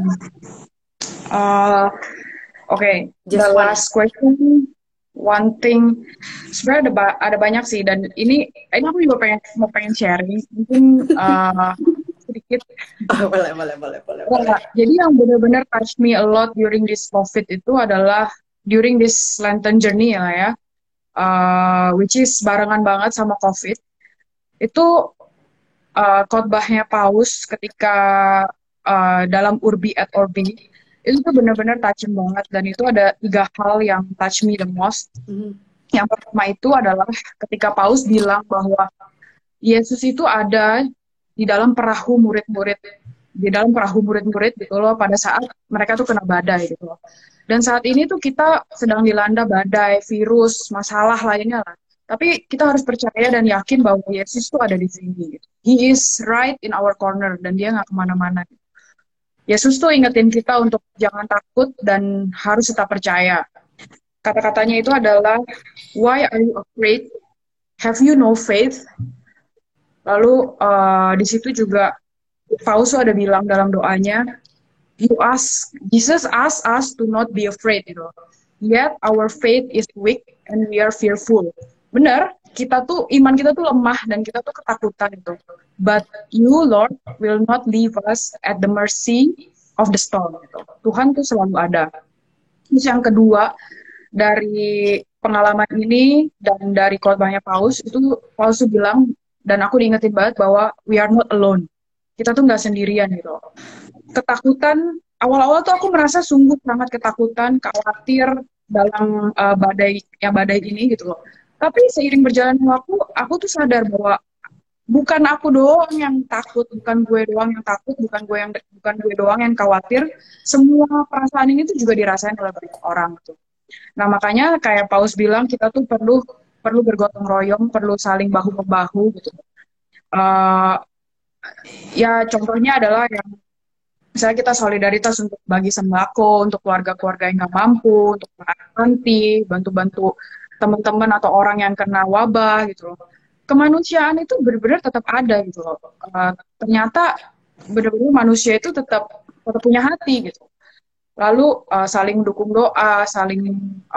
Okay, the last question, one thing, sebenarnya ada banyak sih, dan ini aku juga pengen sharing, mungkin sedikit. Boleh. Jadi yang benar-benar touch me a lot during this COVID itu adalah during this Lenten journey ya, which is barengan banget sama COVID. Itu khotbahnya Paus ketika dalam Urbi et Orbi, itu tuh benar-benar touching banget, dan itu ada 3 hal yang touch me the most. Yang pertama itu adalah ketika Paus bilang bahwa Yesus itu ada di dalam perahu murid-murid gitu loh, pada saat mereka tuh kena badai gitu loh. Dan saat ini tuh kita sedang dilanda badai, virus, masalah lainnya lah. Tapi kita harus percaya dan yakin bahwa Yesus tuh ada di sini gitu. He is right in our corner, dan dia nggak kemana-mana gitu. Yesus tuh ingetin kita untuk jangan takut dan harus tetap percaya. Kata-katanya itu adalah, why are you afraid? Have you no faith? Lalu di situ juga Paus ada bilang dalam doanya, Jesus asked us to not be afraid, gitu. Yet our faith is weak and we are fearful. Benar, iman kita tuh lemah dan kita tuh ketakutan gitu. But you, Lord, will not leave us at the mercy of the storm. Gitu. Tuhan tuh selalu ada. Terus yang kedua, dari pengalaman ini dan dari khotbahnya Paus, itu Paus tuh bilang, dan aku diingetin banget bahwa we are not alone. Kita tuh nggak sendirian gitu. Ketakutan, awal-awal tuh aku merasa sungguh sangat ketakutan, khawatir dalam badai ini gitu loh. Tapi seiring berjalannya waktu, aku tuh sadar bahwa bukan aku doang yang takut, bukan gue doang yang takut, bukan gue doang yang khawatir. Semua perasaan ini tuh juga dirasain oleh banyak orang gitu. Nah makanya kayak Paus bilang, kita tuh perlu bergotong royong, perlu saling bahu-membahu gitu. Ya contohnya adalah yang misalnya kita solidaritas untuk bagi sembako untuk keluarga-keluarga yang nggak mampu, untuk anak panti, bantu-bantu teman-teman atau orang yang kena wabah gitu loh. Kemanusiaan itu benar-benar tetap ada gitu loh. Ternyata benar-benar manusia itu tetap punya hati gitu. Lalu saling dukung doa, saling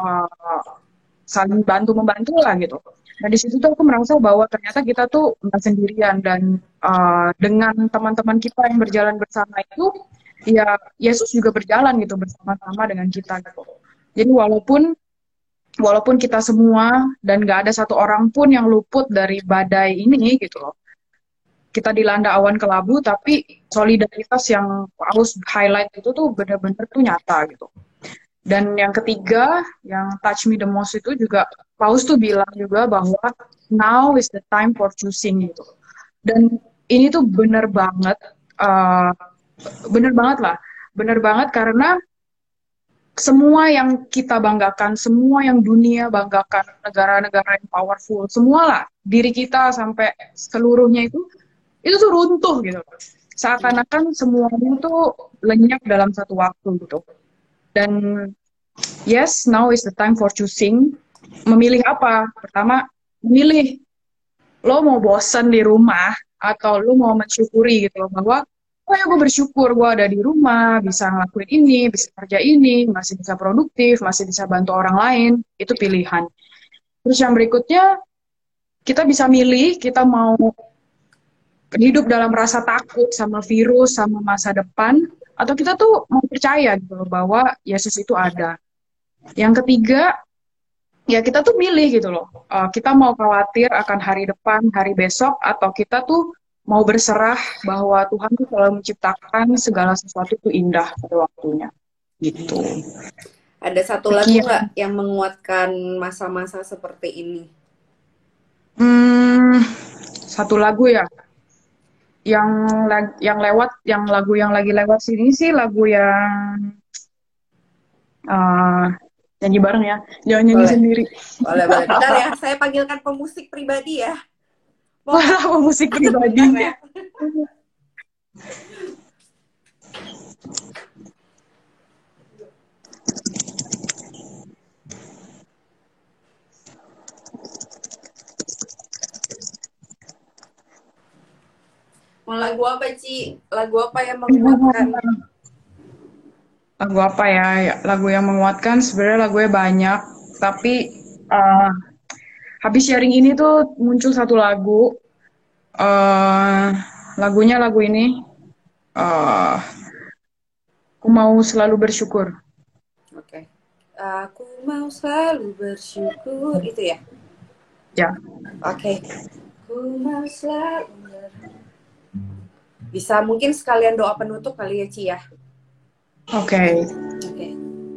membantu lah gitu. Nah di situ tuh aku merasa bahwa ternyata kita tuh nggak sendirian, dan dengan teman-teman kita yang berjalan bersama itu, ya Yesus juga berjalan gitu bersama-sama dengan kita gitu. Jadi walaupun kita semua dan nggak ada satu orang pun yang luput dari badai ini gitu loh. Kita dilanda awan kelabu, tapi solidaritas yang harus highlight itu tuh benar-benar tuh nyata gitu. Dan yang ketiga, yang touch me the most itu juga, Paus tuh bilang juga bahwa now is the time for choosing gitu. Dan ini tuh benar banget karena semua yang kita banggakan, semua yang dunia banggakan, negara-negara yang powerful, semua lah, diri kita sampai seluruhnya itu tuh runtuh gitu. Seakan-akan semuanya tuh lenyap dalam satu waktu gitu. Dan yes, now is the time for choosing. Memilih apa? Pertama, memilih lo mau bosan di rumah atau lo mau mensyukuri gitu loh, bahwa oh ya gue bersyukur gue ada di rumah, bisa ngelakuin ini, bisa kerja ini, masih bisa produktif, masih bisa bantu orang lain, itu pilihan. Terus yang berikutnya, kita bisa milih, kita mau hidup dalam rasa takut sama virus, sama masa depan, atau kita tuh mau percaya gitu loh, bahwa Yesus itu ada. Yang ketiga, ya kita tuh milih gitu loh. Kita mau khawatir akan hari depan, hari besok, atau kita tuh mau berserah bahwa Tuhan tuh selalu menciptakan segala sesuatu itu indah pada waktunya. Gitu. Ada satu lagu Sekian. nggak yang menguatkan masa-masa seperti ini? Hmm, satu lagu ya. Yang lewat, yang lagu yang lagi lewat sini sih lagu yang uh, nyanyi bareng ya. Jangan nyanyi Boleh, sendiri. boleh, boleh. Bentar ya, saya panggilkan pemusik pribadi ya. Mau nggak? Malah musik pribadi. Bentar ya. Mau lagu apa, Ci? Lagu apa yang menguatkan? Lagu apa ya? Ya, lagu yang menguatkan sebenarnya lagunya banyak, tapi uh, habis sharing ini tuh muncul satu lagu. uh, Lagunya lagu ini. Aku mau selalu bersyukur. Oke. Aku mau selalu bersyukur. Itu ya? Ya, Oke. Aku mau selalu Bisa mungkin sekalian doa penutup kali ya, Ci ya? oke. Oke.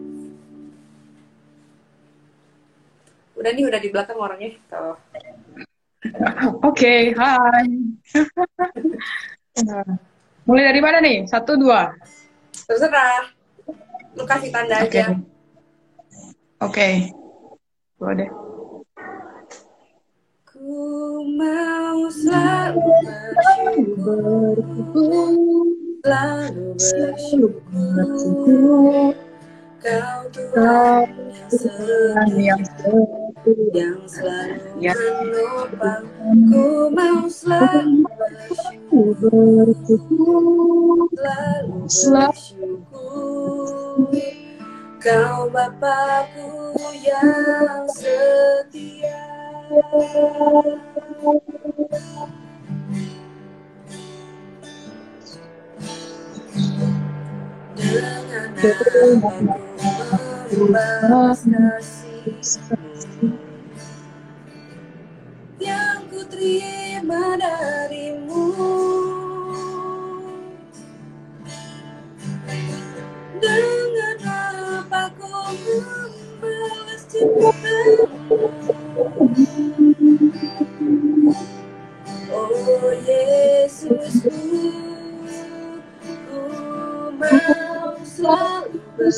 Udah nih, udah di belakang orangnya. Tuh. Oke, hai. Nah, mulai dari mana nih? Satu, dua. Terserah. Lu kasih tanda Oke, aja. oke. Dua deh. Ku mau selalu bersyukur, selalu bersyukur. Kau Tuhan yang setia, yang selalu menopang. Ku mau selalu bersyukur, selalu bersyukur. Kau Bapakku yang setia. Dengan namaku membalas kasih-Mu yang ku terima darimu. Dengan apa ku membalas cinta-Mu. Oh Yesusku, ku mau selalu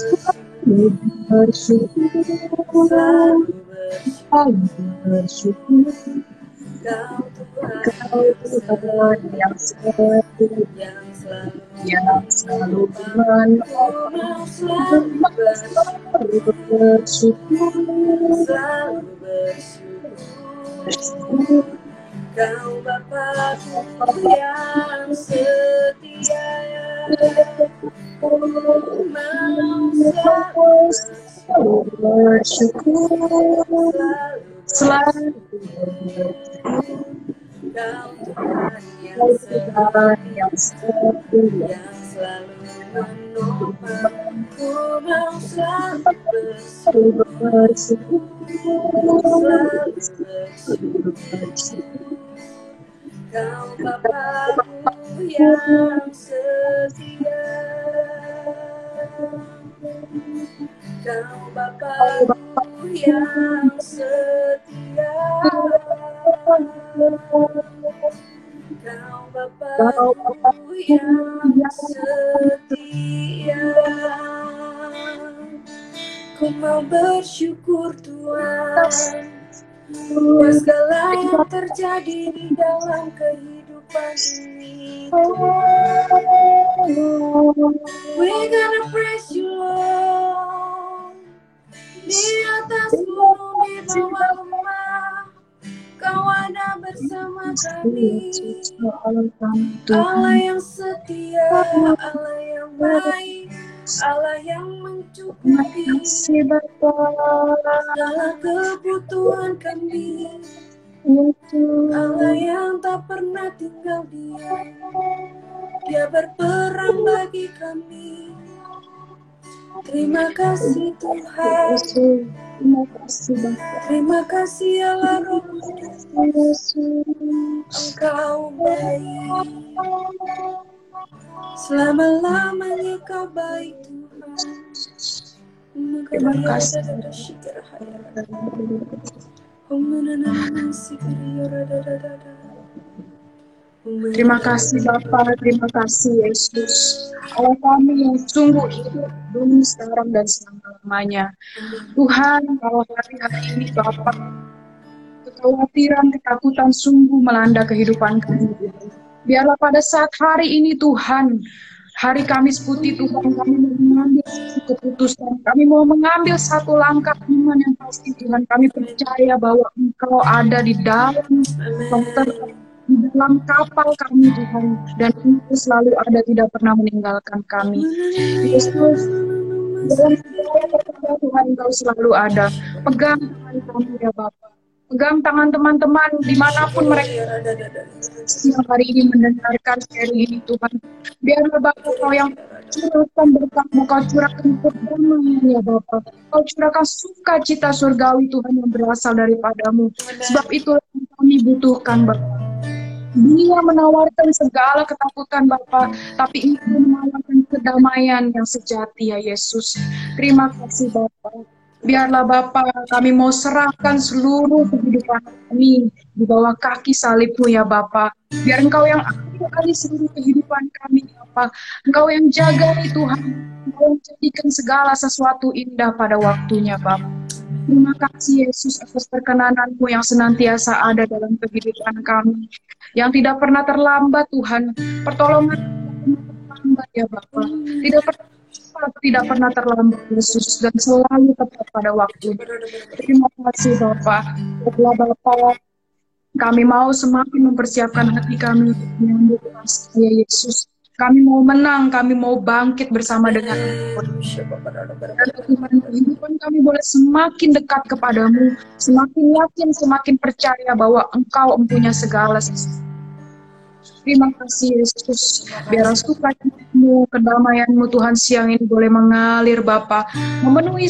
bersyukur, selalu bersyukur. Kau Tuhan yang setia, yang selalu menopang. Ku mau selalu bersyukur, selalu bersyukur. Kau Bapakku yang setia, ku mau selalu bersyukur, selalu bersyukur. Kau Tuhan yang setia, yang selalu menopang. Ku mau selalu bersyukur, selalu bersyukur. Kau Bapakku yang setia, Kau Bapakku yang setia, Kau Bapakku yang setia. Ku mau bersyukur Tuhan atas segala yang terjadi di dalam kehidupan ini, Tuhan. We're gonna praise you, Lord. Di atas gunung, di bawah lembah, Kau ada ada bersama kami. Allah yang setia, Allah yang baik, Allah yang mencukupi segala kebutuhan kami. Allah yang tak pernah tinggal diam, Dia berperang bagi kami. Terima kasih Tuhan, terima kasih Allah Roh Kudus, Engkau baik, selama-lamanya Kau baik Tuhan. Terima kasih. Terima kasih Bapa, terima kasih Yesus. Allah kami yang sungguh hidup dulu, sekarang dan selama-lamanya. Tuhan, kalau hari-hari ini Bapa, kekhawatiran, ketakutan sungguh melanda kehidupan kami. Biarlah pada saat hari ini Tuhan, hari Kamis Putih Tuhan, kami mau mengambil keputusan, kami mau mengambil satu langkah iman yang pasti Tuhan. Kami percaya bahwa Engkau ada di dalam di dalam kapal kami Tuhan, dan Engkau selalu ada, tidak pernah meninggalkan kami. Yesus, dalam segala perkara Tuhan Engkau selalu ada. Pegang tangan kami ya Bapa. Pegang tangan teman-teman dimanapun mereka yang hari ini mendengarkan sharing ini Tuhan. Biarlah Bapa Kau yang curahkan berkat-Mu, Kau curahkan perdamaian ya Bapa. Kau curahkan sukacita surgawi Tuhan yang berasal daripada-Mu. Sebab itulah yang kami butuhkan Bapa. Dia menawarkan segala ketakutan Bapa, tapi Engkau menawarkan kedamaian yang sejati ya Yesus. Terima kasih Bapa. Biarlah Bapa, kami mau serahkan seluruh kehidupan kami di bawah kaki salib-Mu ya Bapa. Biar Engkau yang ambil alih seluruh kehidupan kami ya Bapa. Engkau yang jaga Tuhan. Engkau yang jadikan segala sesuatu indah pada waktunya Bapa. Terima kasih Yesus atas perkenanan-Mu yang senantiasa ada dalam kehidupan kami. Yang tidak pernah terlambat Tuhan. Pertolongan terlambat ya Bapa. Tidak pernah terlambat Yesus, dan selalu tepat pada waktu. Terima kasih Bapa. Setelah Bapa, kami mau semakin mempersiapkan hati kami untuk menyambut ya Yesus. Kami mau menang, kami mau bangkit bersama dengan dan Tuhan, kehidupan kami boleh semakin dekat kepadamu, semakin yakin, semakin percaya bahwa Engkau mempunyai segala sesuatu. Terima kasih Yesus. Biar sukacita-Mu, kedamaian-Mu Tuhan siang ini boleh mengalir Bapa, memenuhi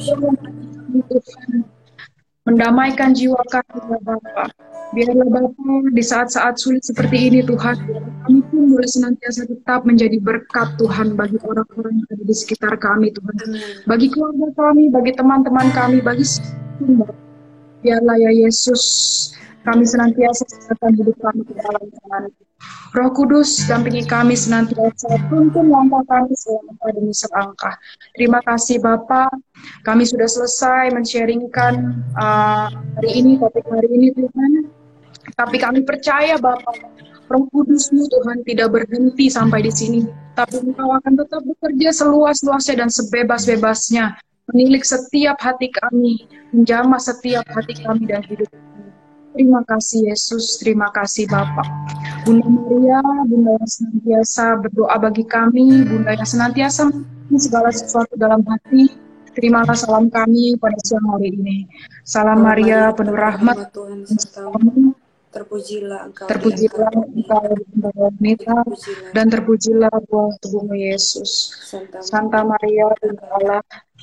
Tuhan, mendamaikan jiwa kami ya Bapa. Biarlah Bapa di saat-saat sulit seperti ini Tuhan, kami pun boleh senantiasa tetap menjadi berkat Tuhan bagi orang-orang yang ada di sekitar kami Tuhan, bagi keluarga kami, bagi teman-teman kami, bagi semua. Biarlah ya Yesus, kami senantiasa serahkan hidup kami ke dalam tangan. Roh Kudus, dampingi kami senantiasa, tuntun langkah kami selangkah demi selangkah. Terima kasih Bapa, kami sudah selesai men-sharingkan hari ini, topik hari ini Tuhan. Tapi kami percaya Bapa, Roh Kudus-Mu Tuhan tidak berhenti sampai di sini, tapi Engkau akan tetap bekerja seluas-luasnya dan sebebas-bebasnya, menilik setiap hati kami, menjamah setiap hati kami dan hidup kami. Terima kasih Yesus, terima kasih Bapa. Bunda Maria, Bunda yang senantiasa berdoa bagi kami, Bunda yang senantiasa segala sesuatu dalam hati, terimalah salam kami pada siang hari ini. Salam Maria, penuh rahmat Tuhan sertamu. Terpujilah Engkau di antara wanita, dan terpujilah buah tubuh-Mu Yesus. Santa Maria, Bunda Allah,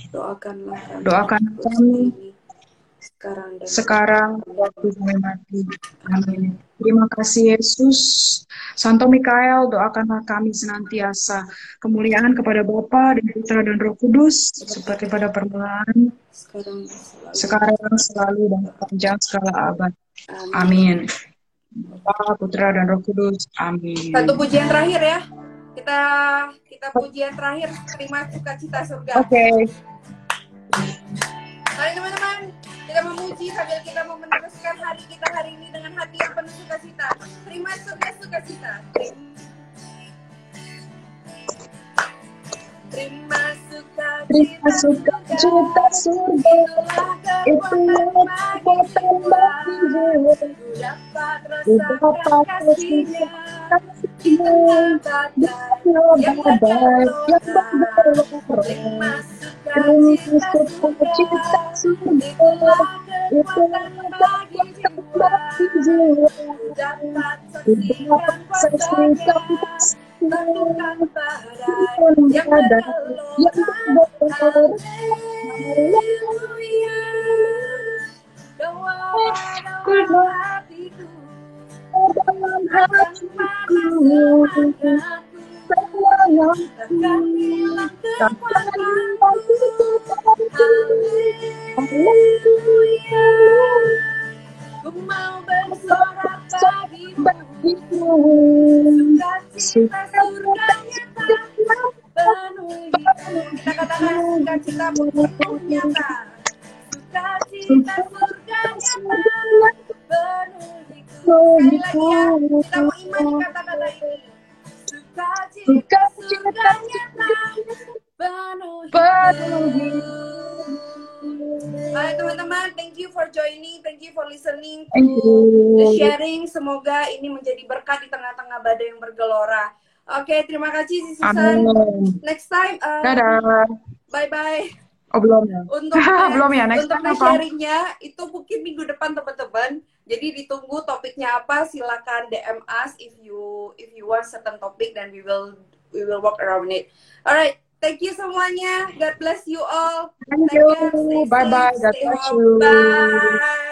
doakan kami sekarang waktu kami mati. Amin. Terima kasih Yesus. Santo Mikael, doakanlah kami senantiasa. Kemuliaan kepada Bapa dan Putra dan Roh Kudus, seperti pada permulaan, sekarang, selalu, dan sepanjang segala abad. Amin. Bapa, Putra, dan Roh Kudus. Amin. Satu pujian terakhir ya. Kita pujian terakhir, terima sukacita surga. Oke. Mari teman-teman, kita memuji sambil kita mau meneruskan hari kita hari ini dengan hati yang penuh sukacita. Terima sukacita. Terima sukacita surga. itu kekuatan yang bagi kekuatan jiwa. bagi jiwa. Ku dapat rasakan Dapat kasihnya kasihnya di tengah di badai tengah yang badai yang bergelora. bergelora. Lima Ini sukacita surga, sukacita surga, itulah itu kekuatan bagi kekuatan jiwa. bagi jiwa. Ku dapat Dapat saksikan kuasanya, saksikan takutkan kasihnya badai yang badai yang bergelora. bergelora. Haleluya, doa dalam Haleluya. hatiku Dalam akan hatiku panas semangatku, semangatku takkan hilang takkan kekuatanku. hilang kekuatanku. Haleluya, ku mau bersorak bagimu, Bagimu sukacita surga sukacita nyata penuhi. Kita katakan sukacita penuh nyata, sukacita surga nyata penuhiku. Sekali lagi ya, kita mau imani kata-kata ini. Sukacita surga nyata penuhiku. Hai teman-teman, thank you for joining, thank you for listening to Thank the you. sharing. Semoga ini menjadi berkat di tengah-tengah badai yang bergelora. Oke, terima kasih si Susan. Amin. Next time, Dadah. bye-bye. Oh belum ya? Untuk Belum ya, next untuk time apa? sharingnya itu mungkin minggu depan teman-teman. Jadi ditunggu topiknya apa, silakan DM us if you want certain topic, dan we will work around it. Alright, thank you semuanya. God bless you all. Thank Take you. care, stay Bye-bye. safe, God stay bless home. you. Bye.